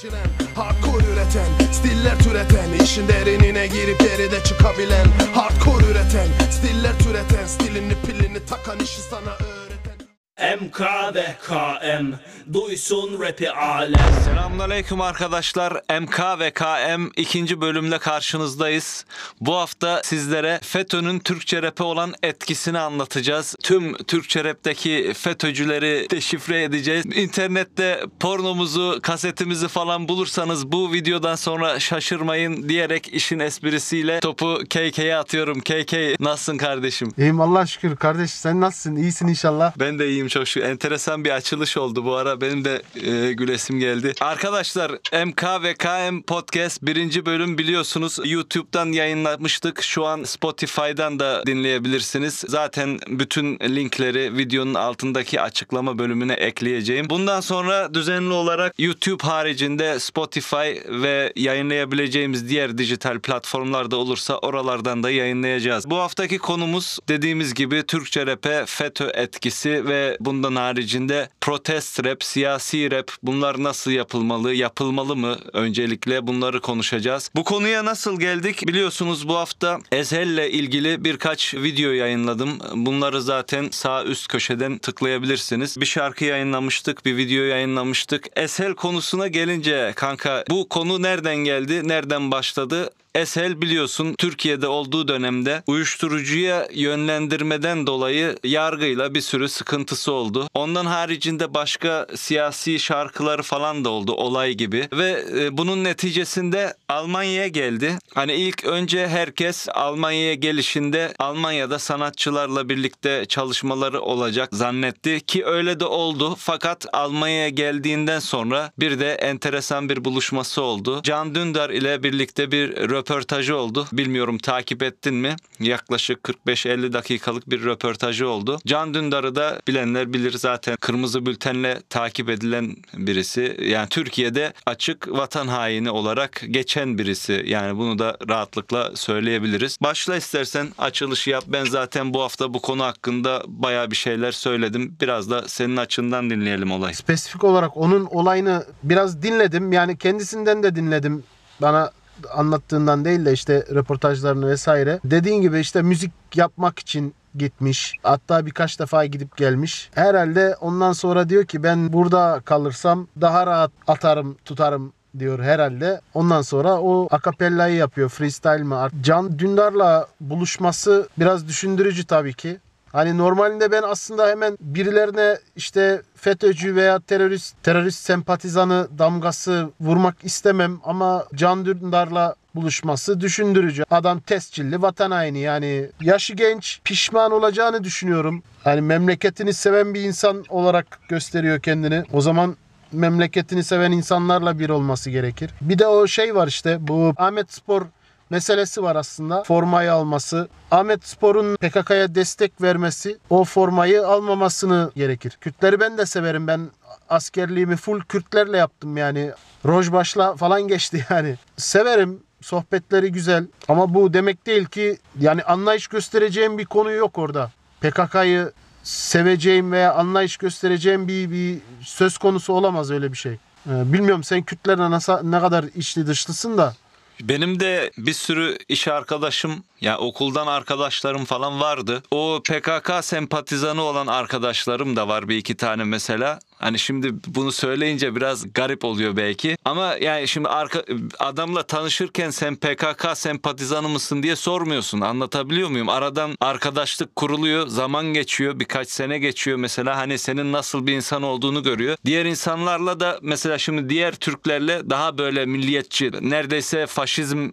pişiren, hardcore üreten, stiller türeten, işin derinine girip geride çıkabilen, hardcore üreten, stiller türeten, stilini pilini takan, işi sana öğreten. MK ve KM duysun rapi alem. Selamünaleyküm arkadaşlar. MK ve KM ikinci bölümle karşınızdayız. Bu hafta sizlere FETÖ'nün Türkçe rap'e olan etkisini anlatacağız. Tüm Türkçe rap'teki FETÖ'cüleri deşifre edeceğiz. İnternette pornomuzu, kasetimizi falan bulursanız bu videodan sonra şaşırmayın diyerek işin esprisiyle topu KK'ye atıyorum. KK nasılsın kardeşim? İyiyim Allah'a şükür kardeş, sen nasılsın? İyisin inşallah. Ben de iyiyim çok şükür. Enteresan bir açılış oldu bu ara. Benim de gülesim geldi. Arkadaşlar MK ve KM Podcast 1. bölüm biliyorsunuz YouTube'dan yayınlamıştık. Şu an Spotify'dan da dinleyebilirsiniz. Zaten bütün linkleri videonun altındaki açıklama bölümüne ekleyeceğim. Bundan sonra düzenli olarak YouTube haricinde Spotify ve yayınlayabileceğimiz diğer dijital platformlarda olursa oralardan da yayınlayacağız. Bu haftaki konumuz dediğimiz gibi Türkçe rap'e FETÖ etkisi ve bundan haricinde protest rap, siyasi rap bunlar nasıl yapılmalı, yapılmalı mı? Öncelikle bunları konuşacağız. Bu konuya nasıl geldik? Biliyorsunuz bu hafta Ezhel'le ilgili birkaç video yayınladım. Bunları zaten sağ üst köşeden tıklayabilirsiniz. Bir şarkı yayınlamıştık, bir video yayınlamıştık. Ezhel konusuna gelince kanka bu konu nereden geldi, nereden başladı? Ezhel biliyorsun Türkiye'de olduğu dönemde uyuşturucuya yönlendirmeden dolayı yargıyla bir sürü sıkıntısı oldu. Ondan haricinde başka siyasi şarkıları falan da oldu olay gibi ve bunun neticesinde Almanya'ya geldi. Hani ilk önce herkes Almanya'ya gelişinde Almanya'da sanatçılarla birlikte çalışmaları olacak zannetti ki öyle de oldu. Fakat Almanya'ya geldiğinden sonra bir de enteresan bir buluşması oldu. Can Dündar ile birlikte bir röportajı oldu. Bilmiyorum takip ettin mi? Yaklaşık 45-50 dakikalık bir röportajı oldu. Can Dündar'ı da bilenler bilir zaten Kırmızı Bülten'le takip edilen birisi. Yani Türkiye'de açık vatan haini olarak geçen birisi. Yani bunu da rahatlıkla söyleyebiliriz. Başla istersen açılışı yap. Ben zaten bu hafta bu konu hakkında bayağı bir şeyler söyledim. Biraz da senin açından dinleyelim olayı. Spesifik olarak onun olayını biraz dinledim. Yani kendisinden de dinledim. Bana anlattığından değil de işte röportajlarını vesaire. Dediğin gibi işte müzik yapmak için gitmiş. Hatta birkaç defa gidip gelmiş. Herhalde ondan sonra diyor ki ben burada kalırsam daha rahat atarım, tutarım diyor herhalde. Ondan sonra o akapellayı yapıyor. Freestyle mi? Can Dündar'la buluşması biraz düşündürücü tabii ki. Hani normalinde ben aslında hemen birilerine işte FETÖ'cü veya terörist sempatizanı damgası vurmak istemem ama Can Dündar'la buluşması düşündürücü. Adam tescilli vatan haini, yani yaşı genç, pişman olacağını düşünüyorum. Hani memleketini seven bir insan olarak gösteriyor kendini. O zaman memleketini seven insanlarla bir olması gerekir. Bir de o şey var işte, bu Ahmetspor meselesi var aslında. Formayı alması. Ahmetspor'un PKK'ya destek vermesi, o formayı almamasını gerekir. Kürtleri ben de severim. Ben askerliğimi full Kürtlerle yaptım yani. Rojbaş'la falan geçti yani. Severim. Sohbetleri güzel. Ama bu demek değil ki yani anlayış göstereceğim bir konu yok orada. PKK'yı seveceğim veya anlayış göstereceğim bir söz konusu olamaz öyle bir şey. Bilmiyorum sen Kürtlerle ne kadar içli dışlısın da. Benim de bir sürü iş arkadaşım, ya okuldan arkadaşlarım falan vardı. O PKK sempatizanı olan arkadaşlarım da var bir iki tane mesela. Hani şimdi bunu söyleyince biraz garip oluyor belki. Ama yani şimdi adamla tanışırken sen PKK sempatizanı mısın diye sormuyorsun. Anlatabiliyor muyum? Aradan arkadaşlık kuruluyor, zaman geçiyor, birkaç sene geçiyor mesela. Hani senin nasıl bir insan olduğunu görüyor. Diğer insanlarla da mesela şimdi diğer Türklerle daha böyle milliyetçi, neredeyse faşizm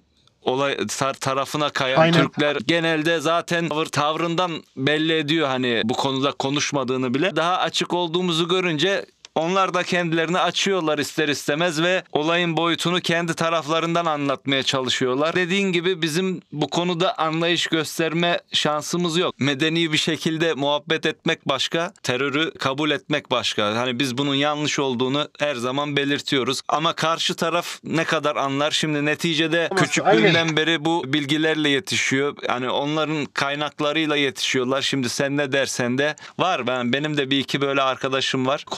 tarafına kayan Aynen. Türkler genelde zaten tavrından belli ediyor hani bu konuda konuşmadığını bile. Daha açık olduğumuzu görünce onlar da kendilerini açıyorlar ister istemez ve olayın boyutunu kendi taraflarından anlatmaya çalışıyorlar. Dediğin gibi bizim bu konuda anlayış gösterme şansımız yok. Medeni bir şekilde muhabbet etmek başka, terörü kabul etmek başka. Hani biz bunun yanlış olduğunu her zaman belirtiyoruz. Ama karşı taraf ne kadar anlar? Şimdi neticede küçüklüğünden beri bu bilgilerle yetişiyor. Yani onların kaynaklarıyla yetişiyorlar. Şimdi sen ne dersen de var. Benim de bir iki böyle arkadaşım var. Konuşabiliyorlar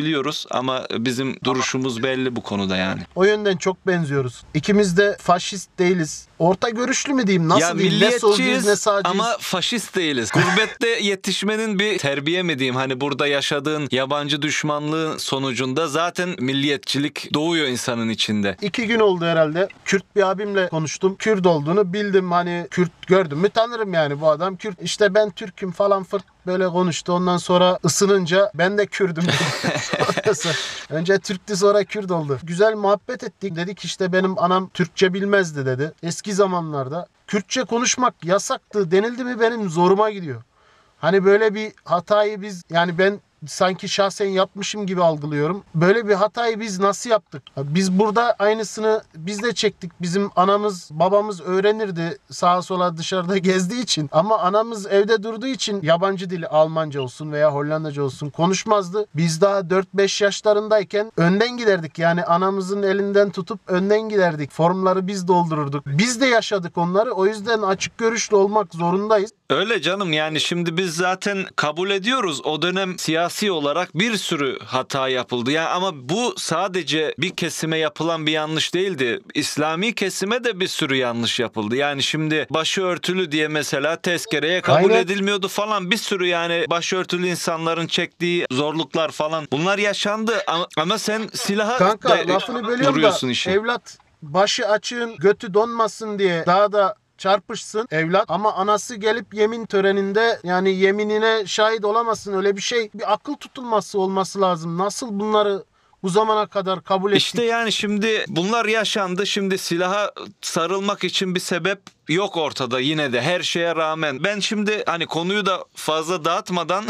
tartışabiliyoruz ama bizim duruşumuz belli bu konuda yani. O yönden çok benziyoruz. İkimiz de faşist değiliz. Orta görüşlü mü diyeyim? Nasıl Ya diyeyim? Ne solcuyuz ne milliyetçiyiz sağcıyız. ama faşist değiliz. Gurbette yetişmenin bir terbiye mi diyeyim? Hani burada yaşadığın yabancı düşmanlığı sonucunda zaten milliyetçilik doğuyor insanın içinde. 2 gün oldu herhalde. Kürt bir abimle konuştum. Kürt olduğunu bildim. Hani Kürt gördüm mü tanırım yani, bu adam Kürt. İşte ben Türk'üm falan fırt böyle konuştu. Ondan sonra ısınınca ben de Kürdüm dedim. Önce Türk'tü sonra Kürt oldu. Güzel muhabbet ettik. Dedik işte benim anam Türkçe bilmezdi dedi. Eski zamanlarda Kürtçe konuşmak yasaktı denildi mi benim zoruma gidiyor. Hani böyle bir hatayı biz, yani ben sanki şahsen yapmışım gibi algılıyorum. Böyle bir hatayı biz nasıl yaptık? Biz burada aynısını biz de çektik. Bizim anamız babamız öğrenirdi sağa sola dışarıda gezdiği için. Ama anamız evde durduğu için yabancı dili, Almanca olsun veya Hollandaca olsun, konuşmazdı. Biz daha 4-5 yaşlarındayken önden giderdik. Yani anamızın elinden tutup önden giderdik. Formları biz doldururduk. Biz de yaşadık onları. O yüzden açık görüşlü olmak zorundayız. Öyle canım, yani şimdi biz zaten kabul ediyoruz. O dönem siyasi olarak bir sürü hata yapıldı. Yani ama bu sadece bir kesime yapılan bir yanlış değildi. İslami kesime de bir sürü yanlış yapıldı. Yani şimdi başörtülü diye mesela tezkereye kabul Aynen. edilmiyordu falan. Bir sürü yani başörtülü insanların çektiği zorluklar falan. Bunlar yaşandı ama sen silaha Kanka lafını bölüyorum vuruyorsun da işi. evlat başı açığın götü donmasın diye daha da çarpışsın evlat, ama anası gelip yemin töreninde yani yeminine şahit olamazsın, öyle bir şey. Bir akıl tutulması olması lazım. Nasıl bunları bu zamana kadar kabul ettik? İşte yani şimdi bunlar yaşandı. Şimdi silaha sarılmak için bir sebep yok ortada yine de, her şeye rağmen. Ben şimdi hani konuyu da fazla dağıtmadan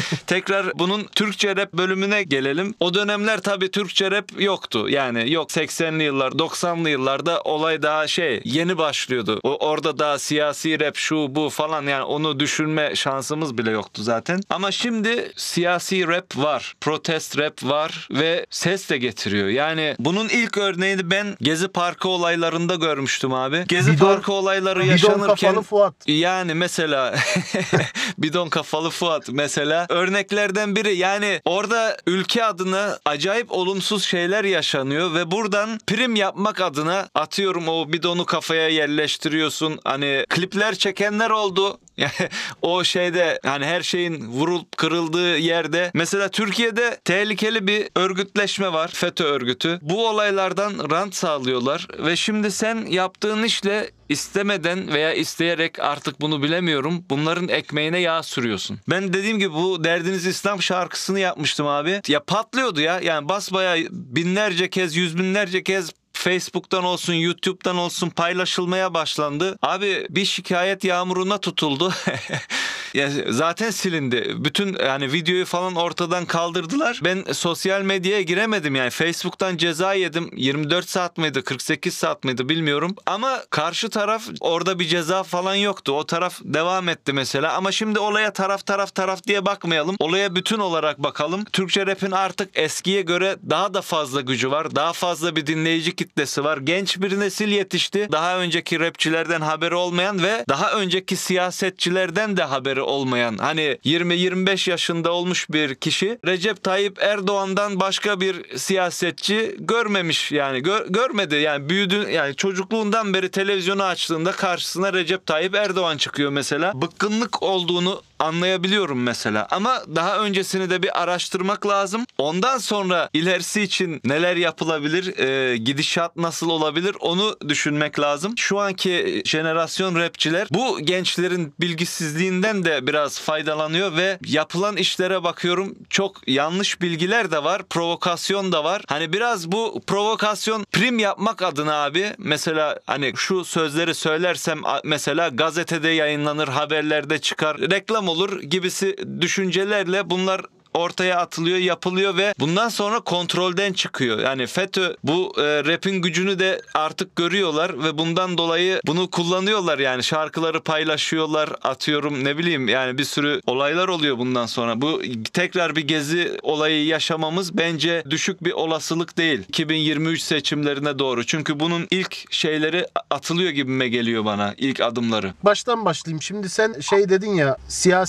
tekrar bunun Türkçe rap bölümüne gelelim. O dönemler tabii Türkçe rap yoktu. Yani yok, 80'li yıllar 90'lı yıllarda olay daha yeni başlıyordu. Orada daha siyasi rap şu bu falan, yani onu düşünme şansımız bile yoktu zaten. Ama şimdi siyasi rap var. Protest rap var ve ses de getiriyor. Yani bunun ilk örneğini ben Gezi Parkı olaylarında görmüştüm abi. Gezi Parkı olayları yaşanırken Bidon kafalı Fuat. yani mesela bidon kafalı Fuat mesela örneklerden biri. Yani orada ülke adına acayip olumsuz şeyler yaşanıyor ve buradan prim yapmak adına, atıyorum, o bidonu kafaya yerleştiriyorsun. Hani klipler çekenler oldu. O hani her şeyin vurulup kırıldığı yerde. Mesela Türkiye'de tehlikeli bir örgütleşme var. FETÖ örgütü. Bu olaylardan rant sağlıyorlar ve şimdi sen yaptığın işle istemeden veya isteyerek, artık bunu bilemiyorum, bunların ekmeğine yağ sürüyorsun. Ben dediğim gibi bu Derdiniz İslam şarkısını yapmıştım abi. Ya patlıyordu ya. Yani basbayağı binlerce kez, yüz binlerce kez Facebook'tan olsun, YouTube'dan olsun paylaşılmaya başlandı. Abi bir şikayet yağmuruna tutuldu. Yani zaten silindi. Bütün yani videoyu falan ortadan kaldırdılar. Ben sosyal medyaya giremedim yani. Facebook'tan ceza yedim. 24 saat mıydı, 48 saat mıydı bilmiyorum. Ama karşı taraf, orada bir ceza falan yoktu. O taraf devam etti mesela. Ama şimdi olaya taraf diye bakmayalım. Olaya bütün olarak bakalım. Türkçe rap'in artık eskiye göre daha da fazla gücü var. Daha fazla bir dinleyici kitlesi var. Genç bir nesil yetişti. Daha önceki rapçilerden haberi olmayan ve daha önceki siyasetçilerden de haberi olmayan, hani 20-25 yaşında olmuş bir kişi Recep Tayyip Erdoğan'dan başka bir siyasetçi görmemiş, yani görmedi, yani büyüdü, yani çocukluğundan beri televizyonu açtığında karşısına Recep Tayyip Erdoğan çıkıyor mesela. Bıkkınlık olduğunu anlayabiliyorum mesela, ama daha öncesini de bir araştırmak lazım. Ondan sonra ilerisi için neler yapılabilir, gidişat nasıl olabilir, onu düşünmek lazım. Şu anki jenerasyon rapçiler bu gençlerin bilgisizliğinden de biraz faydalanıyor ve yapılan işlere bakıyorum, çok yanlış bilgiler de var, provokasyon da var. Hani biraz bu provokasyon prim yapmak adına abi, mesela hani şu sözleri söylersem mesela gazetede yayınlanır, haberlerde çıkar, reklam olur gibisi düşüncelerle bunlar ortaya atılıyor, yapılıyor ve bundan sonra kontrolden çıkıyor. Yani FETÖ bu rap'in gücünü de artık görüyorlar ve bundan dolayı bunu kullanıyorlar, yani şarkıları paylaşıyorlar, atıyorum, ne bileyim, yani bir sürü olaylar oluyor bundan sonra. Bu tekrar bir gezi olayı yaşamamız bence düşük bir olasılık değil 2023 seçimlerine doğru. Çünkü bunun ilk şeyleri atılıyor gibime geliyor bana, ilk adımları. Baştan başlayayım. Şimdi sen dedin ya, siyaset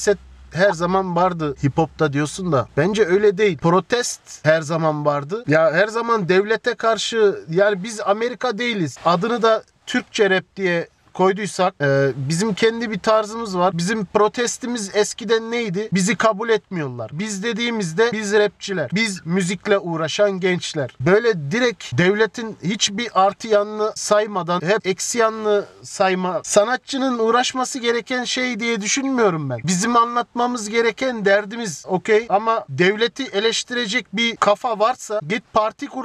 her zaman vardı hip hop'ta diyorsun da bence öyle değil. Protest her zaman vardı. Ya her zaman devlete karşı, yani biz Amerika değiliz. Adını da Türkçe rap diye koyduysak bizim kendi bir tarzımız var. Bizim protestimiz eskiden neydi? Bizi kabul etmiyorlar. Biz dediğimizde biz rapçiler, biz müzikle uğraşan gençler. Böyle direkt devletin hiçbir artı yanını saymadan hep eksi yanını sayma. Sanatçının uğraşması gereken şey diye düşünmüyorum ben. Bizim anlatmamız gereken derdimiz okey, ama devleti eleştirecek bir kafa varsa git parti kur.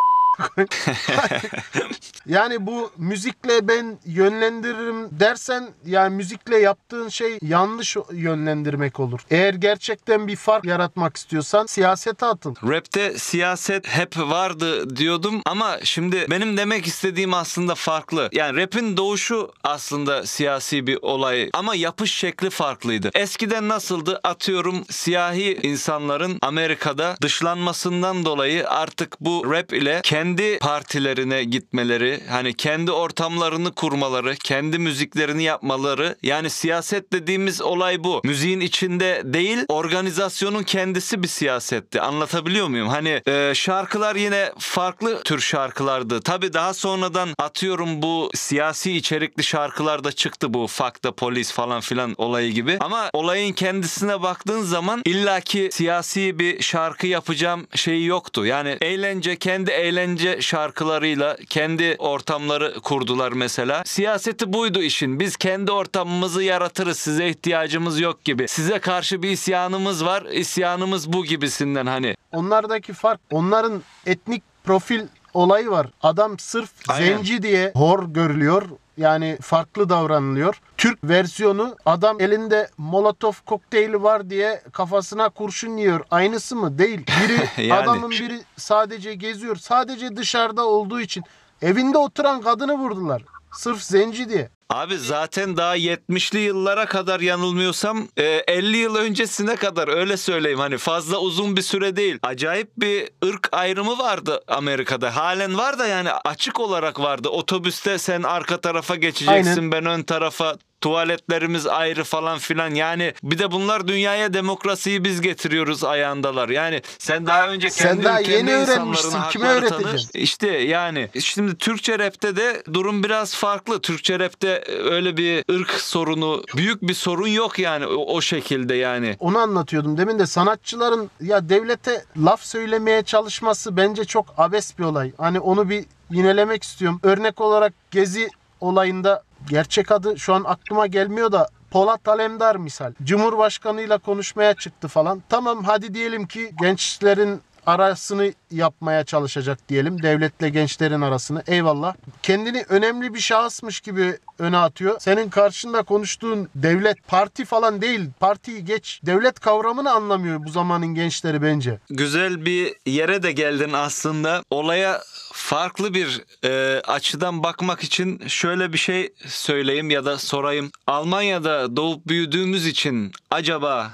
Yani bu müzikle ben yönlendiririm dersen, yani müzikle yaptığın şey yanlış yönlendirmek olur. Eğer gerçekten bir fark yaratmak istiyorsan siyasete atıl. Rap'te siyaset hep vardı diyordum ama şimdi benim demek istediğim aslında farklı. Yani rap'in doğuşu aslında siyasi bir olay ama yapış şekli farklıydı. Eskiden nasıldı? Atıyorum, siyahi insanların Amerika'da dışlanmasından dolayı artık bu rap ile kendi partilerine gitmeleri, hani kendi ortamlarını kurmaları, kendi müziklerini yapmaları, yani siyaset dediğimiz olay bu. Müziğin içinde değil, organizasyonun kendisi bir siyasetti. Anlatabiliyor muyum? Hani şarkılar yine farklı tür şarkılardı. Tabii daha sonradan atıyorum bu siyasi içerikli şarkılar da çıktı, bu Fuck the Police falan filan olayı gibi. Ama olayın kendisine baktığın zaman illaki siyasi bir şarkı yapacağım şeyi yoktu. Yani eğlence, kendi eğlence şarkılarıyla kendi ortamları kurdular mesela. Siyaseti buydu işin. Biz kendi ortamımızı yaratırız. Size ihtiyacımız yok gibi. Size karşı bir isyanımız var. İsyanımız bu gibisinden hani. Onlardaki fark, onların etnik profil olayı var. Adam sırf zenci diye hor görülüyor. Yani farklı davranılıyor. Türk versiyonu, adam elinde Molotov kokteyli var diye kafasına kurşun yiyor. Aynısı mı? Değil. Biri Yani. Adamın biri sadece geziyor. Sadece dışarıda olduğu için. Evinde oturan kadını vurdular. Sırf zenci diye. Abi zaten daha 70'li yıllara kadar yanılmıyorsam 50 yıl öncesine kadar, öyle söyleyeyim, hani fazla uzun bir süre değil. Acayip bir ırk ayrımı vardı Amerika'da. Halen var da yani açık olarak vardı. Otobüste sen arka tarafa geçeceksin, aynen, ben ön tarafa. Tuvaletlerimiz ayrı falan filan. Yani bir de bunlar dünyaya demokrasiyi biz getiriyoruz ayağındalar. Yani sen daha önce kendi daha ülkende yeni öğrenmişsin. insanların Kime hakları tanır. öğreteceksin? İşte yani şimdi Türkçe rapte de durum biraz farklı. Türkçe rapte öyle bir ırk sorunu, büyük bir sorun yok yani o şekilde yani. Onu anlatıyordum. Demin de sanatçıların ya devlete laf söylemeye çalışması bence çok abes bir olay. Hani onu bir yinelemek istiyorum. Örnek olarak Gezi olayında, gerçek adı şu an aklıma gelmiyor da, Polat Alemdar misal. Cumhurbaşkanıyla konuşmaya çıktı falan. Tamam, hadi diyelim ki gençlerin arasını yapmaya çalışacak diyelim. Devletle gençlerin arasını. Eyvallah. Kendini önemli bir şahısmış gibi öne atıyor. Senin karşında konuştuğun devlet, parti falan değil. Partiyi geç. Devlet kavramını anlamıyor bu zamanın gençleri bence. Güzel bir yere de geldin aslında. Olaya farklı bir açıdan bakmak için şöyle bir şey söyleyeyim ya da sorayım. Almanya'da doğup büyüdüğümüz için acaba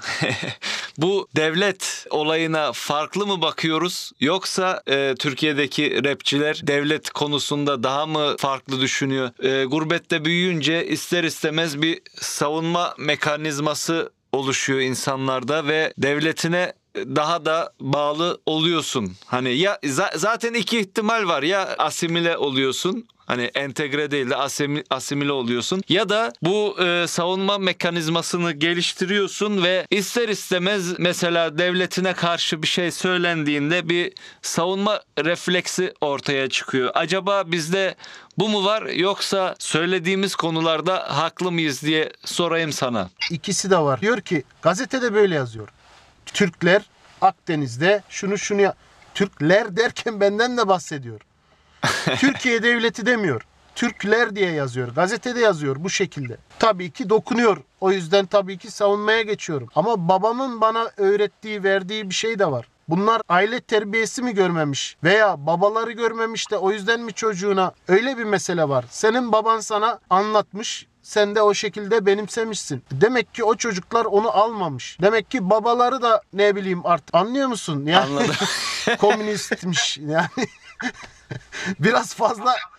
bu devlet olayına farklı mı bakıyoruz? Yoksa Türkiye'deki rapçiler devlet konusunda daha mı farklı düşünüyor? Gurbette büyüyünce ister istemez bir savunma mekanizması oluşuyor insanlarda ve devletine daha da bağlı oluyorsun. Hani ya zaten iki ihtimal var. Ya asimile oluyorsun. Hani entegre değil de asimile oluyorsun. Ya da bu savunma mekanizmasını geliştiriyorsun ve ister istemez mesela devletine karşı bir şey söylendiğinde bir savunma refleksi ortaya çıkıyor. Acaba bizde bu mu var, yoksa söylediğimiz konularda haklı mıyız diye sorayım sana. İkisi de var. Diyor ki gazetede böyle yazıyor. Türkler Akdeniz'de şunu Türkler derken benden de bahsediyor. Türkiye devleti demiyor. Türkler diye yazıyor. Gazetede yazıyor bu şekilde. Tabii ki dokunuyor. O yüzden tabii ki savunmaya geçiyorum. Ama babamın bana öğrettiği, verdiği bir şey de var. Bunlar aile terbiyesi mi görmemiş veya babaları görmemiş de o yüzden mi çocuğuna, öyle bir mesele var. Senin baban sana anlatmış. Sen de o şekilde benimsemişsin. Demek ki o çocuklar onu almamış. Demek ki babaları da ne bileyim artık. Anlıyor musun? Yani Anladım. komünistmiş. Yani biraz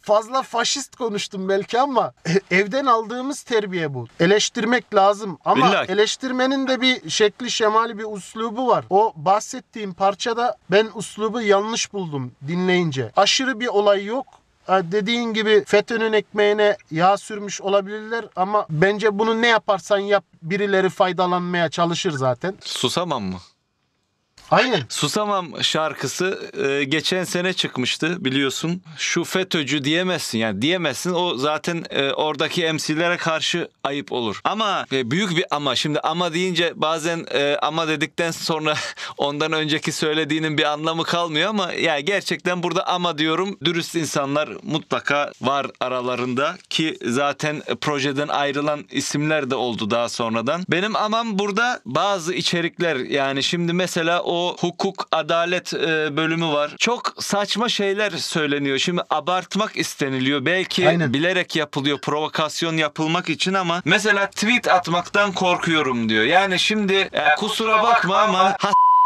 fazla faşist konuştum belki ama evden aldığımız terbiye bu. Eleştirmek lazım ama İlla. eleştirmenin de bir şekli şemali bir üslubu var. O bahsettiğim parçada ben üslubu yanlış buldum dinleyince. Aşırı bir olay yok. Dediğin gibi FETÖ'nün ekmeğine yağ sürmüş olabilirler ama bence bunu ne yaparsan yap birileri faydalanmaya çalışır zaten. Susamam mı? Aynen. Susamam şarkısı geçen sene çıkmıştı biliyorsun. Şu FETÖ'cü diyemezsin yani diyemezsin. O zaten oradaki MC'lere karşı ayıp olur. Ama büyük bir ama. Şimdi ama deyince bazen ama dedikten sonra ondan önceki söylediğinin bir anlamı kalmıyor ama yani gerçekten burada ama diyorum. Dürüst insanlar mutlaka var aralarında ki zaten projeden ayrılan isimler de oldu daha sonradan. Benim amam burada bazı içerikler yani şimdi mesela o hukuk, adalet bölümü var. Çok saçma şeyler söyleniyor. Şimdi abartmak isteniliyor. Belki Aynen. bilerek yapılıyor. Provokasyon yapılmak için ama mesela tweet atmaktan korkuyorum diyor. Yani şimdi kusura bakma ama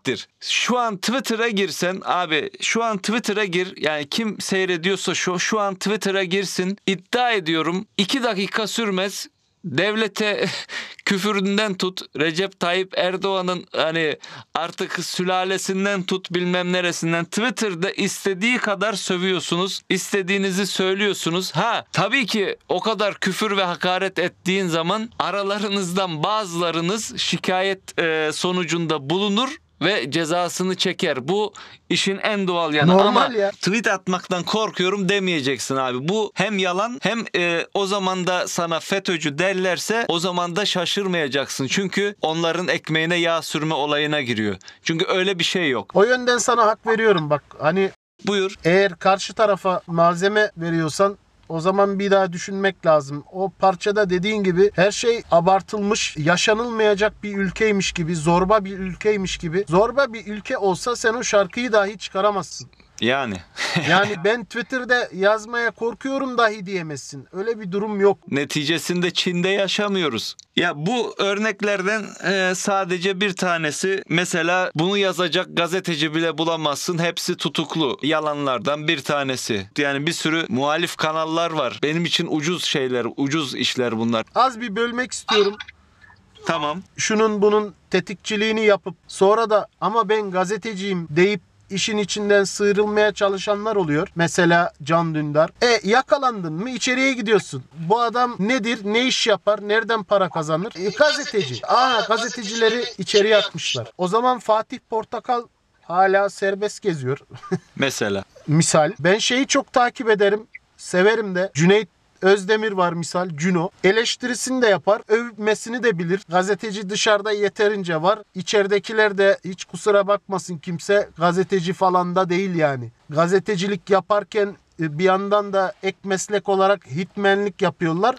şu an Twitter'a girsen abi şu an Twitter'a gir yani kim seyrediyorsa şu an Twitter'a girsin iddia ediyorum 2 dakika sürmez devlete küfüründen tut Recep Tayyip Erdoğan'ın hani artık sülalesinden tut bilmem neresinden Twitter'da istediği kadar sövüyorsunuz. İstediğinizi söylüyorsunuz. Tabii ki o kadar küfür ve hakaret ettiğin zaman aralarınızdan bazılarınız şikayet sonucunda bulunur ve cezasını çeker. Bu işin en doğal yanı. Normal ama ya. tweet atmaktan korkuyorum demeyeceksin abi. Bu hem yalan hem o zaman da sana FETÖ'cü derlerse o zaman da şaşırmayacaksın. Çünkü onların ekmeğine yağ sürme olayına giriyor. Çünkü öyle bir şey yok. O yönden sana hak veriyorum bak. Hani Buyur. eğer karşı tarafa malzeme veriyorsan o zaman bir daha düşünmek lazım. O parçada dediğin gibi her şey abartılmış, yaşanılmayacak bir ülkeymiş gibi, zorba bir ülkeymiş gibi. Zorba bir ülke olsa sen o şarkıyı dahi çıkaramazsın. Yani. Yani ben Twitter'da yazmaya korkuyorum dahi diyemezsin. Öyle bir durum yok. Neticesinde Çin'de yaşamıyoruz. Ya bu örneklerden sadece bir tanesi mesela bunu yazacak gazeteci bile bulamazsın. Hepsi tutuklu. Yalanlardan bir tanesi. Yani bir sürü muhalif kanallar var. Benim için ucuz şeyler, ucuz işler bunlar. Az bir bölmek istiyorum. Tamam. Şunun bunun tetikçiliğini yapıp sonra da ama ben gazeteciyim deyip işin içinden sıyrılmaya çalışanlar oluyor. Mesela Can Dündar. Yakalandın mı içeriye gidiyorsun. Bu adam nedir? Ne iş yapar? Nereden para kazanır? Gazeteci. Gazetecileri içeriye atmışlar. O zaman Fatih Portakal hala serbest geziyor. Mesela. Misal. Ben şeyi çok takip ederim. Severim de. Cüneyt Özdemir var misal, Cüno. Eleştirisini de yapar, övmesini de bilir. Gazeteci dışarıda yeterince var. İçeridekiler de hiç kusura bakmasın kimse gazeteci falan da değil yani. Gazetecilik yaparken bir yandan da ek meslek olarak hitmenlik yapıyorlar.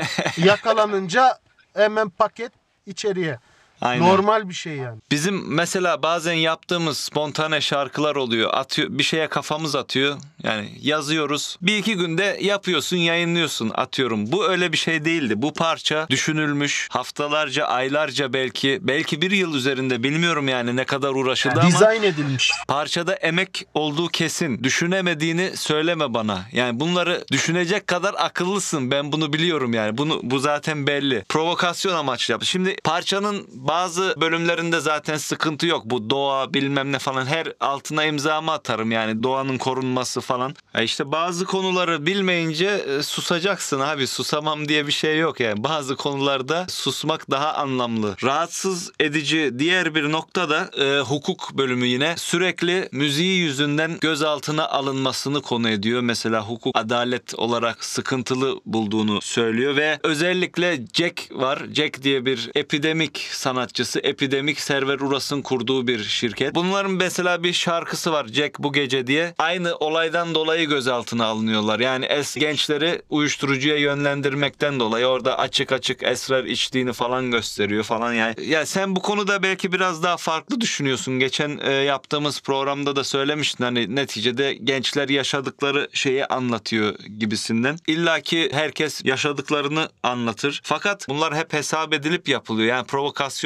Yakalanınca hemen paket içeriye. Aynen. Normal bir şey yani. Bizim mesela bazen yaptığımız spontane şarkılar oluyor. Atıyor, bir şeye kafamız atıyor. Yani yazıyoruz. 1-2 günde yapıyorsun, yayınlıyorsun atıyorum. Bu öyle bir şey değildi. Bu parça düşünülmüş. Haftalarca, aylarca belki bir yıl üzerinde bilmiyorum yani ne kadar uğraşıldı ama dizayn edilmiş. parçada emek olduğu kesin. Düşünemediğini söyleme bana. Yani bunları düşünecek kadar akıllısın. Ben bunu biliyorum yani. Bu zaten belli. Provokasyon amaçlı yaptı. Şimdi parçanın bazı bölümlerinde zaten sıkıntı yok. Bu doğa bilmem ne falan her altına imzamı atarım yani doğanın korunması falan. İşte bazı konuları bilmeyince susacaksın abi. Susamam diye bir şey yok yani. Bazı konularda susmak daha anlamlı. Rahatsız edici diğer bir nokta da hukuk bölümü yine. Sürekli müziği yüzünden gözaltına alınmasını konu ediyor. Mesela hukuk, adalet olarak sıkıntılı bulduğunu söylüyor ve özellikle Jack var. Jack diye bir epidemik sanatçısı. Epidemik Server Uras'ın kurduğu bir şirket. Bunların mesela bir şarkısı var Jack bu gece diye. Aynı olaydan dolayı gözaltına alınıyorlar. Yani gençleri uyuşturucuya yönlendirmekten dolayı orada açık açık esrar içtiğini falan gösteriyor falan yani. Ya sen bu konuda belki biraz daha farklı düşünüyorsun. Geçen yaptığımız programda da söylemiştin hani neticede gençler yaşadıkları şeyi anlatıyor gibisinden. İlla ki herkes yaşadıklarını anlatır. Fakat bunlar hep hesap edilip yapılıyor. Yani provokasyon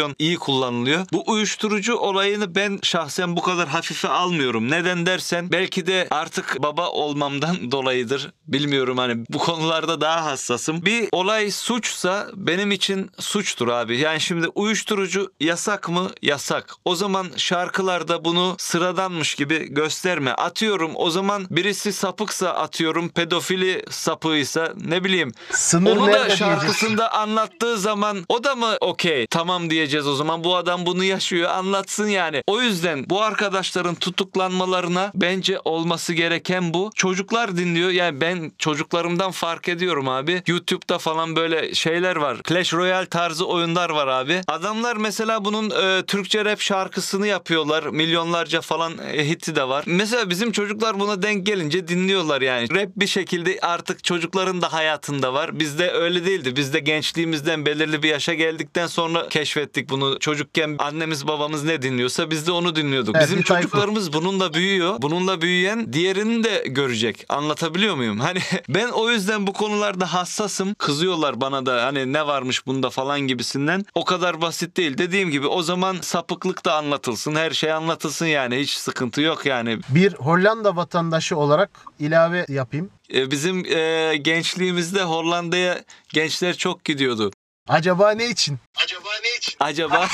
pozisyon iyi kullanılıyor. Bu uyuşturucu olayını ben şahsen bu kadar hafife almıyorum. Neden dersen belki de artık baba olmamdan dolayıdır. Bilmiyorum, hani bu konularda daha hassasım. Bir olay suçsa benim için suçtur abi. Yani şimdi uyuşturucu yasak mı? Yasak. O zaman şarkılarda bunu sıradanmış gibi gösterme. Atıyorum o zaman birisi sapıksa, atıyorum pedofili sapığıysa, ne bileyim. Sınır Onu nerede da diyeceksin? şarkısında anlattığı zaman o da mı okey tamam diyeceğiz o zaman, bu adam bunu yaşıyor anlatsın yani. O yüzden bu arkadaşların tutuklanmalarına bence olması gereken bu. Çocuklar dinliyor yani, ben çocuklarımdan fark ediyorum abi. YouTube'da falan böyle şeyler var. Clash Royale tarzı oyunlar var abi. Adamlar mesela bunun Türkçe rap şarkısını yapıyorlar. Milyonlarca falan hiti de var. Mesela bizim çocuklar buna denk gelince dinliyorlar yani. Rap bir şekilde artık çocukların da hayatında var. Bizde öyle değildi. Biz de gençliğimizden belirli bir yaşa geldikten sonra keşfettik bunu. Çocukken annemiz babamız ne dinliyorsa biz de onu dinliyorduk. Evet, Bizim bir tayfa. çocuklarımız bununla büyüyor. Bununla büyüyen diğerini de görecek. Anlatabiliyor muyum? Hani ben o yüzden bu konularda hassasım. Kızıyorlar bana da hani ne varmış bunda falan gibisinden. O kadar basit değil. Dediğim gibi o zaman sapıklık da anlatılsın. Her şey anlatılsın yani. Hiç sıkıntı yok yani. Bir Hollanda vatandaşı olarak ilave yapayım. Bizim gençliğimizde Hollanda'ya gençler çok gidiyordu. Acaba ne için? Acaba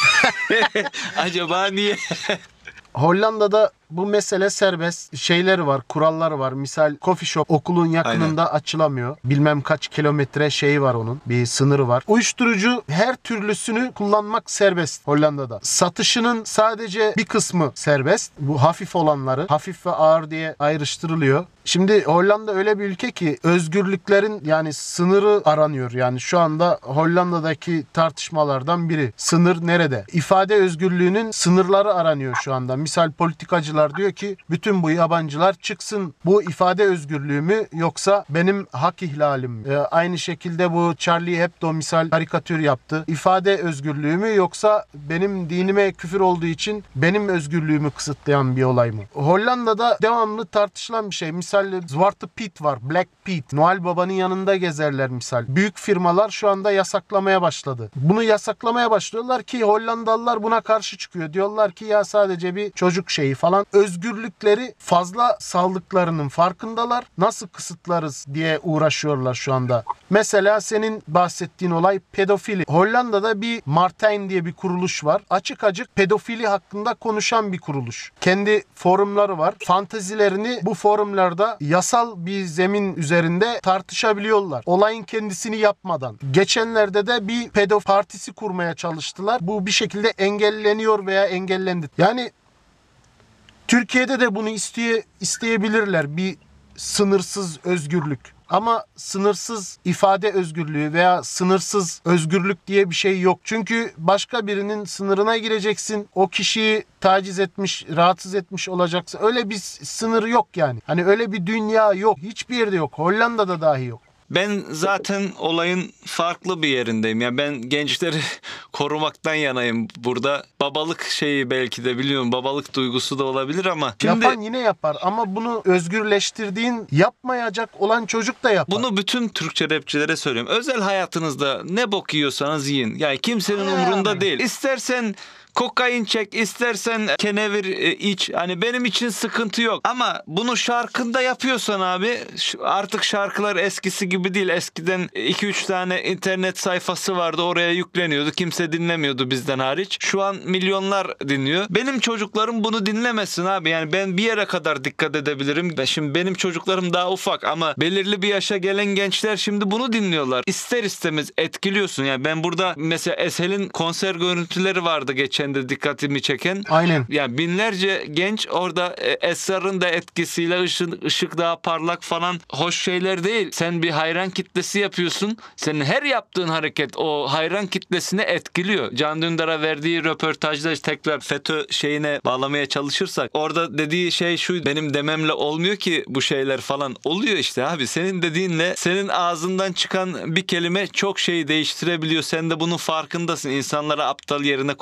acaba niye? Hollanda'da bu mesele serbest. Şeyleri var, kuralları var. Misal coffee shop okulun yakınında açılamıyor. Bilmem kaç kilometre şeyi var onun. Bir sınırı var. Uyuşturucu her türlüsünü kullanmak serbest Hollanda'da. Satışının sadece bir kısmı serbest. Bu hafif olanları. Hafif ve ağır diye ayrıştırılıyor. Şimdi Hollanda öyle bir ülke ki özgürlüklerin yani sınırı aranıyor. Yani şu anda Hollanda'daki tartışmalardan biri. Sınır nerede? İfade özgürlüğünün sınırları aranıyor şu anda. Misal politikacılar diyor ki bütün bu yabancılar çıksın. Bu ifade özgürlüğü mü yoksa benim hak ihlalim mi? Aynı şekilde bu Charlie Hebdo misal karikatür yaptı. İfade özgürlüğü mü yoksa benim dinime küfür olduğu için benim özgürlüğümü kısıtlayan bir olay mı? Hollanda'da devamlı tartışılan bir şey. Misal Zwarte Piet var. Black Piet. Noel Baba'nın yanında gezerler misal. Büyük firmalar şu anda yasaklamaya başladı. Bunu yasaklamaya başlıyorlar ki Hollandalılar buna karşı çıkıyor. Diyorlar ki ya sadece bir çocuk şeyi falan. Özgürlükleri fazla saldıklarının farkındalar. Nasıl kısıtlarız diye uğraşıyorlar şu anda. Mesela senin bahsettiğin olay pedofili. Hollanda'da bir Martijn diye bir kuruluş var. Açık açık pedofili hakkında konuşan bir kuruluş. Kendi forumları var. Fantezilerini bu forumlarda yasal bir zemin üzerinde tartışabiliyorlar. Olayın kendisini yapmadan. Geçenlerde de bir pedo partisi kurmaya çalıştılar. Bu bir şekilde engelleniyor veya engellendi. Yani Türkiye'de de bunu isteyebilirler. Bir sınırsız özgürlük. Ama sınırsız ifade özgürlüğü veya sınırsız özgürlük diye bir şey yok. Çünkü başka birinin sınırına gireceksin. O kişiyi taciz etmiş, rahatsız etmiş olacaksın. Öyle bir sınır yok yani. Hani öyle bir dünya yok. Hiçbir yerde yok. Hollanda'da dahi yok. Ben zaten olayın farklı bir yerindeyim. Yani ben gençleri korumaktan yanayım burada. Babalık şeyi belki de biliyorum. Babalık duygusu da olabilir ama. Şimdi Yapan yine yapar ama bunu özgürleştirdiğin yapmayacak olan çocuk da yapar. bunu bütün Türkçe rapçilere söylüyorum. Özel hayatınızda ne bok yiyorsanız yiyin. Yani kimsenin umurunda değil. İstersen kokain çek, istersen kenevir iç. Hani benim için sıkıntı yok. Ama bunu şarkında yapıyorsan abi, artık şarkılar eskisi gibi değil. Eskiden 2-3 tane internet sayfası vardı. Oraya yükleniyordu. Kimse dinlemiyordu bizden hariç. Şu an milyonlar dinliyor. Benim çocuklarım bunu dinlemesin abi. Yani ben bir yere kadar dikkat edebilirim. Şimdi benim çocuklarım daha ufak ama belirli bir yaşa gelen gençler şimdi bunu dinliyorlar. İster istemez etkiliyorsun. Yani ben burada mesela Esel'in konser görüntüleri vardı geçen de dikkatimi çeken. Aynen. Yani binlerce genç orada, Esrar'ın da etkisiyle ışık daha parlak falan, hoş şeyler değil. Sen bir hayran kitlesi yapıyorsun. Senin her yaptığın hareket o hayran kitlesini etkiliyor. Can Dündar'a verdiği röportajda tekrar FETÖ şeyine bağlamaya çalışırsak orada dediği şey şu: benim dememle olmuyor ki bu şeyler falan. Oluyor işte abi. Senin dediğinle, senin ağzından çıkan bir kelime çok şeyi değiştirebiliyor. Sen de bunun farkındasın. İnsanlara aptal yerine koymaya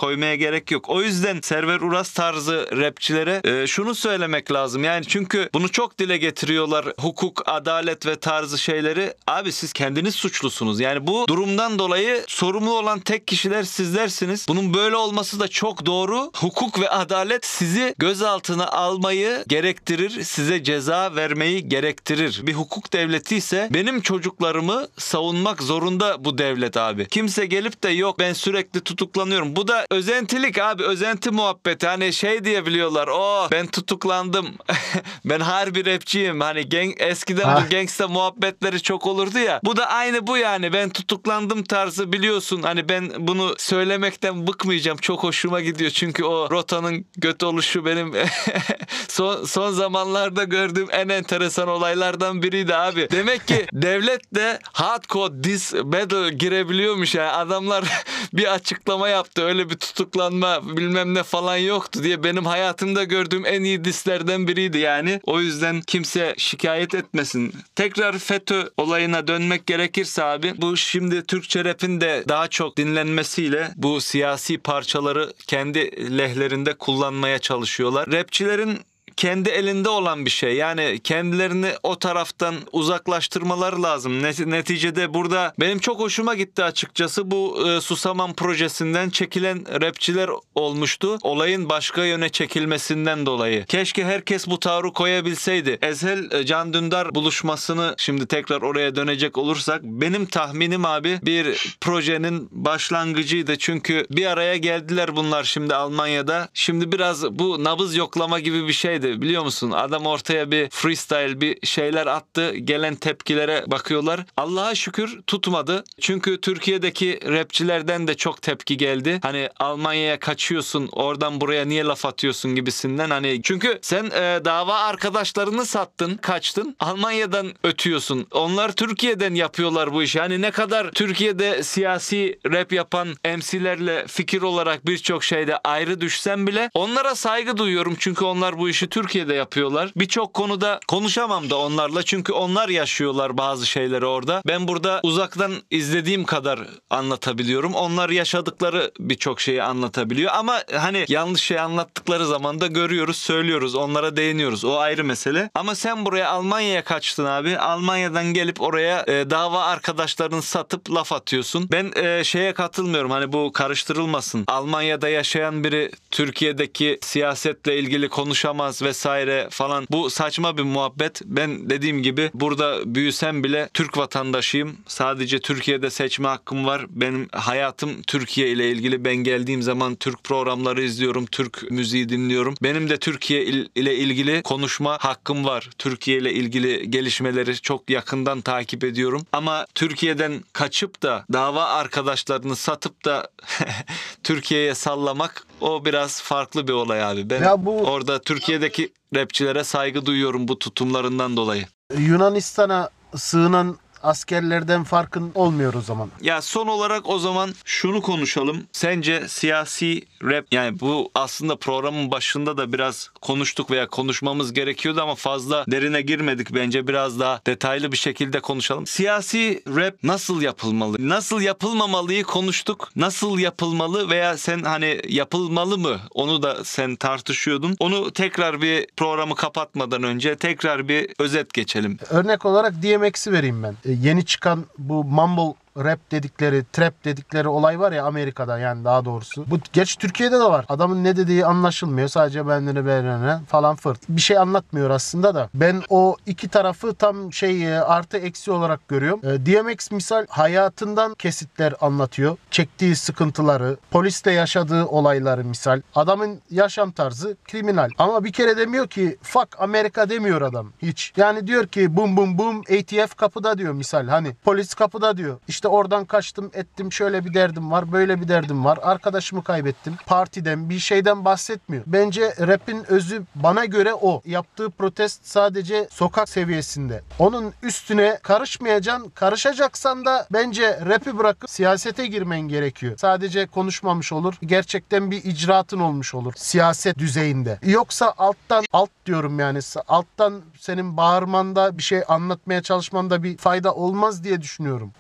gerek yok. O yüzden Server Uras tarzı rapçilere şunu söylemek lazım. Yani çünkü bunu çok dile getiriyorlar. Hukuk, adalet ve tarzı şeyleri. Abi siz kendiniz suçlusunuz. Yani bu durumdan dolayı sorumlu olan tek kişiler sizlersiniz. Bunun böyle olması da çok doğru. Hukuk ve adalet sizi gözaltına almayı gerektirir. Size ceza vermeyi gerektirir. Bir hukuk devleti ise benim çocuklarımı savunmak zorunda bu devlet abi. Kimse gelip de yok ben sürekli tutuklanıyorum. Bu da özentilik abi. Özenti muhabbeti. Hani şey diyebiliyorlar. Ben tutuklandım. Ben harbi rapçiyim. Hani eskiden bu gangsta muhabbetleri çok olurdu ya. Bu da aynı bu yani. Ben tutuklandım tarzı biliyorsun. Hani ben bunu söylemekten bıkmayacağım. Çok hoşuma gidiyor. Çünkü o Rota'nın göt oluşu benim son zamanlarda gördüğüm en enteresan olaylardan biriydi abi. Demek ki devlet de hardcore diss battle girebiliyormuş yani. Adamlar bir açıklama yaptı. Öyle bir tutuklanma bilmem ne falan yoktu diye benim hayatımda gördüğüm en iyi disslerden biriydi yani. O yüzden kimse şikayet etmesin. Tekrar FETÖ olayına dönmek gerekirse abi bu şimdi Türkçe rap'in de daha çok dinlenmesiyle bu siyasi parçaları kendi lehlerinde kullanmaya çalışıyorlar. Rapçilerin kendi elinde olan bir şey. Yani kendilerini o taraftan uzaklaştırmaları lazım. Neticede burada benim çok hoşuma gitti açıkçası. Bu Susamam projesinden çekilen rapçiler olmuştu. Olayın başka yöne çekilmesinden dolayı. Keşke herkes bu tavrı koyabilseydi. Ezhel Can Dündar buluşmasını şimdi tekrar oraya dönecek olursak benim tahminim abi bir projenin başlangıcıydı. Çünkü bir araya geldiler bunlar şimdi Almanya'da. Şimdi biraz bu nabız yoklama gibi bir şeydi. Biliyor musun? Adam ortaya bir freestyle bir şeyler attı. Gelen tepkilere bakıyorlar. Allah'a şükür tutmadı. Çünkü Türkiye'deki rapçilerden de çok tepki geldi. Hani Almanya'ya kaçıyorsun, oradan buraya niye laf atıyorsun gibisinden. Hani çünkü sen dava arkadaşlarını sattın, kaçtın. Almanya'dan ötüyorsun. Onlar Türkiye'den yapıyorlar bu işi. Hani ne kadar Türkiye'de siyasi rap yapan MC'lerle fikir olarak birçok şeyde ayrı düşsem bile onlara saygı duyuyorum. Çünkü onlar bu işi Türkiye'de yapıyorlar. Birçok konuda konuşamam da onlarla. Çünkü onlar yaşıyorlar bazı şeyleri orada. Ben burada uzaktan izlediğim kadar anlatabiliyorum. Onlar yaşadıkları birçok şeyi anlatabiliyor. Ama hani yanlış şey anlattıkları zaman da görüyoruz, söylüyoruz. Onlara değiniyoruz. O ayrı mesele. Ama sen buraya Almanya'ya kaçtın abi. Almanya'dan gelip oraya dava arkadaşlarını satıp laf atıyorsun. Ben şeye katılmıyorum. Hani bu karıştırılmasın. Almanya'da yaşayan biri Türkiye'deki siyasetle ilgili konuşamaz vesaire falan. Bu saçma bir muhabbet. Ben dediğim gibi burada büyüsem bile Türk vatandaşıyım. Sadece Türkiye'de seçme hakkım var. Benim hayatım Türkiye ile ilgili. Ben geldiğim zaman Türk programları izliyorum. Türk müziği dinliyorum. Benim de Türkiye ile ilgili konuşma hakkım var. Türkiye ile ilgili gelişmeleri çok yakından takip ediyorum. Ama Türkiye'den kaçıp da dava arkadaşlarını satıp da Türkiye'ye sallamak o biraz farklı bir olay abi. Ben orada Türkiye'deki rapçilere saygı duyuyorum bu tutumlarından dolayı. Yunanistan'a sığınan askerlerden farkın olmuyor o zaman. Ya son olarak o zaman şunu konuşalım. Sence siyasi rap, yani bu aslında programın başında da biraz konuştuk veya konuşmamız gerekiyordu ama fazla derine girmedik, bence biraz daha detaylı bir şekilde konuşalım. Siyasi rap nasıl yapılmalı? Nasıl yapılmamalıyı konuştuk. Nasıl yapılmalı veya sen hani yapılmalı mı? Onu da sen tartışıyordun. Onu tekrar bir programı kapatmadan önce tekrar bir özet geçelim. Örnek olarak DMX'i vereyim ben. Yeni çıkan bu mumble rap dedikleri, trap dedikleri olay var ya Amerika'da, yani daha doğrusu. Bu geç Türkiye'de de var. Adamın ne dediği anlaşılmıyor. Sadece benleri falan fırt. Bir şey anlatmıyor aslında da. Ben o iki tarafı tam artı eksi olarak görüyorum. DMX misal hayatından kesitler anlatıyor. Çektiği sıkıntıları, polisle yaşadığı olayları misal. Adamın yaşam tarzı kriminal. Ama bir kere demiyor ki fuck Amerika demiyor adam. Hiç. Yani diyor ki bum bum bum ATF kapıda diyor misal. Hani polis kapıda diyor. İşte oradan kaçtım ettim, şöyle bir derdim var, böyle bir derdim var, arkadaşımı kaybettim, partiden bir şeyden bahsetmiyor. Bence rap'in özü bana göre o. Yaptığı protest sadece sokak seviyesinde. Onun üstüne karışmayacaksın. Karışacaksan da bence rap'i bırakıp siyasete girmen gerekiyor. Sadece konuşmamış olur. Gerçekten bir icraatın olmuş olur siyaset düzeyinde. Yoksa alt diyorum yani. Alttan senin bağırmanda, bir şey anlatmaya çalışmanda bir fayda olmaz diye düşünüyorum. Devlet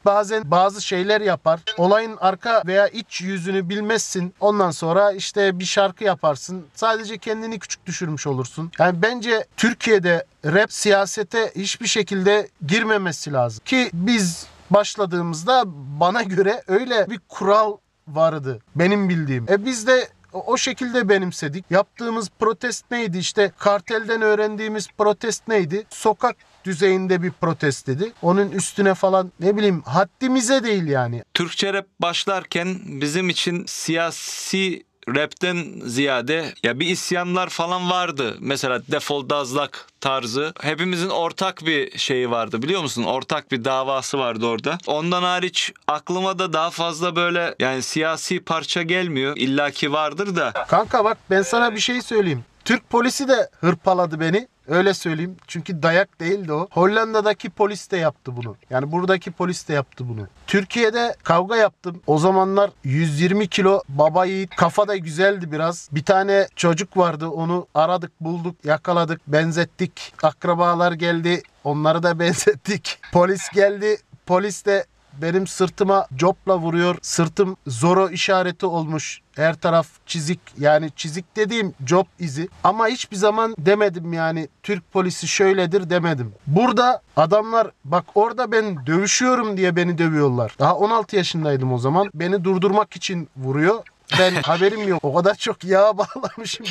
bazen bazı şeyler yapar. Olayın arka veya iç yüzünü bilmezsin. Ondan sonra işte bir şarkı yaparsın. Sadece kendini küçük düşürmüş olursun. Yani bence Türkiye'de rap siyasete hiçbir şekilde girmemesi lazım. Ki biz başladığımızda bana göre öyle bir kural vardı benim bildiğim. Biz de o şekilde benimsedik. Yaptığımız protest neydi? İşte kartelden öğrendiğimiz protest neydi? Sokak düzeyinde bir protest dedi. Onun üstüne falan ne bileyim haddimize değil yani. Türkçe rap başlarken bizim için siyasi rapten ziyade ya bir isyanlar falan vardı. Mesela Defol Dazlak tarzı. Hepimizin ortak bir şeyi vardı biliyor musun? Ortak bir davası vardı orada. Ondan hariç aklıma da daha fazla böyle yani siyasi parça gelmiyor. İlla ki vardır da. Kanka bak ben sana bir şey söyleyeyim. Türk polisi de hırpaladı beni. Öyle söyleyeyim. Çünkü dayak değildi o. Hollanda'daki polis de yaptı bunu. Yani buradaki polis de yaptı bunu. Türkiye'de kavga yaptım. O zamanlar 120 kilo baba yiğit. Kafa da güzeldi biraz. Bir tane çocuk vardı. Onu aradık, bulduk, yakaladık, benzettik. Akrabalar geldi. Onları da benzettik. Polis geldi. Polis de benim sırtıma copla vuruyor. Sırtım Zorro işareti olmuş. Her taraf çizik. Yani çizik dediğim cop izi. Ama hiçbir zaman demedim yani Türk polisi şöyledir demedim. Burada adamlar bak orada ben dövüşüyorum diye beni dövüyorlar. Daha 16 yaşındaydım o zaman. Beni durdurmak için vuruyor. Ben haberim yok. O kadar çok yağ bağlamışım ki.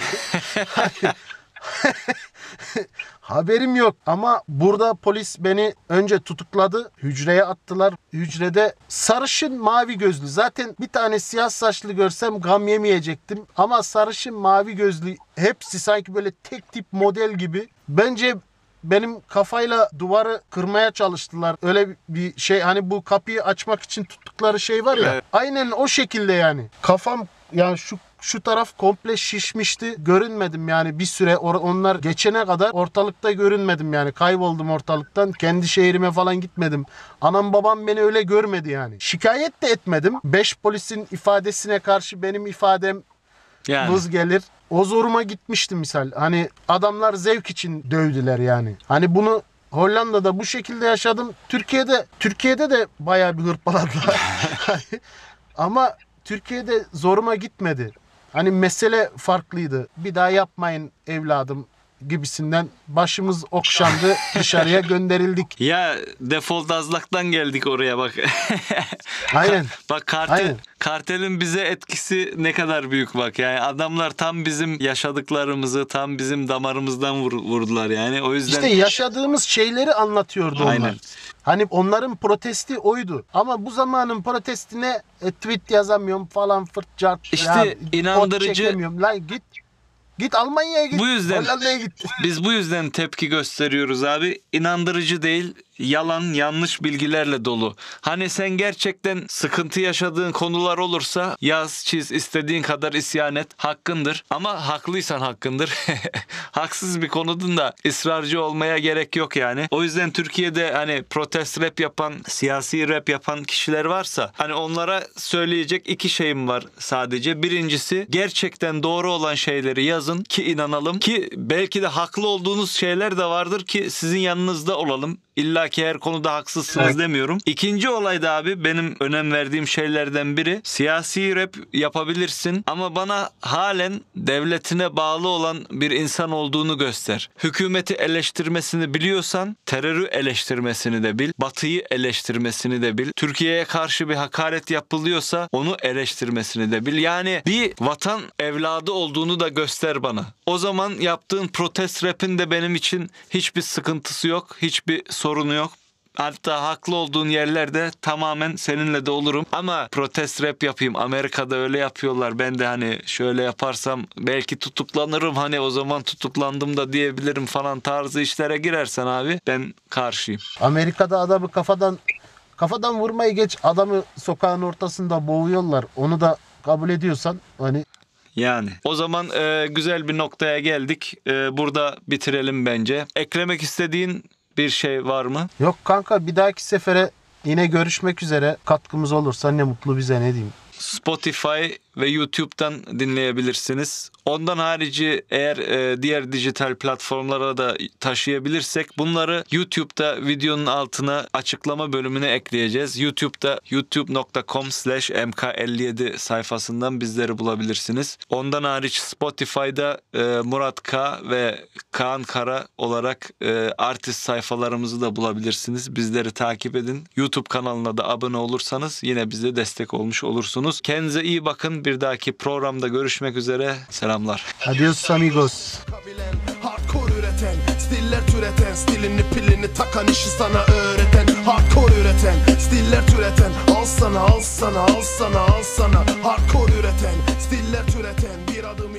Haberim yok ama burada polis beni önce tutukladı. Hücreye attılar. Hücrede sarışın mavi gözlü. Zaten bir tane siyah saçlı görsem gam yemeyecektim. Ama sarışın mavi gözlü hepsi sanki böyle tek tip model gibi. Bence benim kafayla duvarı kırmaya çalıştılar. Öyle bir şey hani bu kapıyı açmak için tuttukları şey var ya. Evet. Aynen o şekilde yani. Kafam yani şu taraf komple şişmişti. Görünmedim yani bir süre onlar geçene kadar ortalıkta görünmedim yani. Kayboldum ortalıktan. Kendi şehrime falan gitmedim. Anam babam beni öyle görmedi yani. Şikayet de etmedim. 5 polisin ifadesine karşı benim ifadem vız gelir. O zoruma gitmişti misal. Hani adamlar zevk için dövdüler yani. Hani bunu Hollanda'da bu şekilde yaşadım. Türkiye'de de bayağı bir hırpaladılar. Ama Türkiye'de zoruma gitmedi. Hani mesele farklıydı. Bir daha yapmayın evladım gibisinden başımız okşandı, dışarıya gönderildik. Ya Defol Dazlak'tan geldik oraya bak. Aynen. Bak kartelin bize etkisi ne kadar büyük bak. Yani adamlar tam bizim yaşadıklarımızı, tam bizim damarımızdan vurdular yani. O yüzden İşte yaşadığımız şeyleri anlatıyordu onlar. Aynen. Hani onların protesti oydu. Ama bu zamanın protestine tweet yazamıyorum falan fırtçart. İşte inandırıcı. Lan git Almanya'ya git. Bu yüzden Hollanda'ya git. Biz bu yüzden tepki gösteriyoruz abi. İnandırıcı değil, yalan, yanlış bilgilerle dolu. Hani sen gerçekten sıkıntı yaşadığın konular olursa yaz, çiz, istediğin kadar isyan et. Hakkındır. Ama haklıysan hakkındır. Haksız bir konudun da ısrarcı olmaya gerek yok yani. O yüzden Türkiye'de hani protest rap yapan, siyasi rap yapan kişiler varsa hani onlara söyleyecek iki şeyim var sadece. Birincisi gerçekten doğru olan şeyleri yazın ki inanalım ki belki de haklı olduğunuz şeyler de vardır ki sizin yanınızda olalım. İlla ki her konuda haksızsınız demiyorum. İkinci olay da abi benim önem verdiğim şeylerden biri siyasi rap yapabilirsin ama bana halen devletine bağlı olan bir insan olduğunu göster. Hükümeti eleştirmesini biliyorsan terörü eleştirmesini de bil. Batıyı eleştirmesini de bil. Türkiye'ye karşı bir hakaret yapılıyorsa onu eleştirmesini de bil. Yani bir vatan evladı olduğunu da göster bana. O zaman yaptığın protest rap'in de benim için hiçbir sıkıntısı yok. Hiçbir sorunu yok. Hatta haklı olduğun yerlerde tamamen seninle de olurum. Ama protest rap yapayım. Amerika'da öyle yapıyorlar. Ben de hani şöyle yaparsam belki tutuklanırım. Hani o zaman tutuklandım da diyebilirim falan tarzı işlere girersen abi ben karşıyım. Amerika'da adamı kafadan vurmayı geç. Adamı sokağın ortasında boğuyorlar. Onu da kabul ediyorsan hani yani o zaman güzel bir noktaya geldik. Burada bitirelim bence. Eklemek istediğin bir şey var mı? Yok kanka bir dahaki sefere yine görüşmek üzere. Katkımız olursa ne mutlu bize ne diyeyim. Spotify ve YouTube'dan dinleyebilirsiniz. Ondan harici eğer diğer dijital platformlara da taşıyabilirsek bunları YouTube'da videonun altına açıklama bölümüne ekleyeceğiz. YouTube'da youtube.com/mk57 sayfasından bizleri bulabilirsiniz. Ondan hariç Spotify'da Murat K ve Kaan Kara olarak artist sayfalarımızı da bulabilirsiniz. Bizleri takip edin. YouTube kanalına da abone olursanız yine bize destek olmuş olursunuz. Kendinize iyi bakın. Bir dahaki programda görüşmek üzere. Selamlar. Adios amigos. Kabilen, hardcore üreten, stiller türeten, stilini pilini takan işi sana öğreten, hardcore üreten, stiller türeten, al sana al sana al sana al sana, hardcore üreten, stiller türeten, bir adım